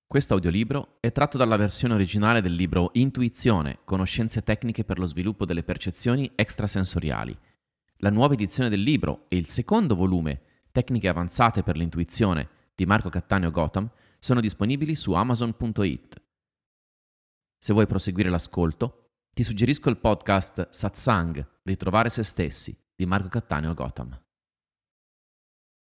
Questo audiolibro è tratto dalla versione originale del libro Intuizione, conoscenze tecniche per lo sviluppo delle percezioni extrasensoriali. La nuova edizione del libro e il secondo volume, Tecniche avanzate per l'intuizione, di Marco Cattaneo Gotham, sono disponibili su Amazon.it. Se vuoi proseguire l'ascolto, ti suggerisco il podcast Satsang, Ritrovare se stessi, di Marco Cattaneo Gotham.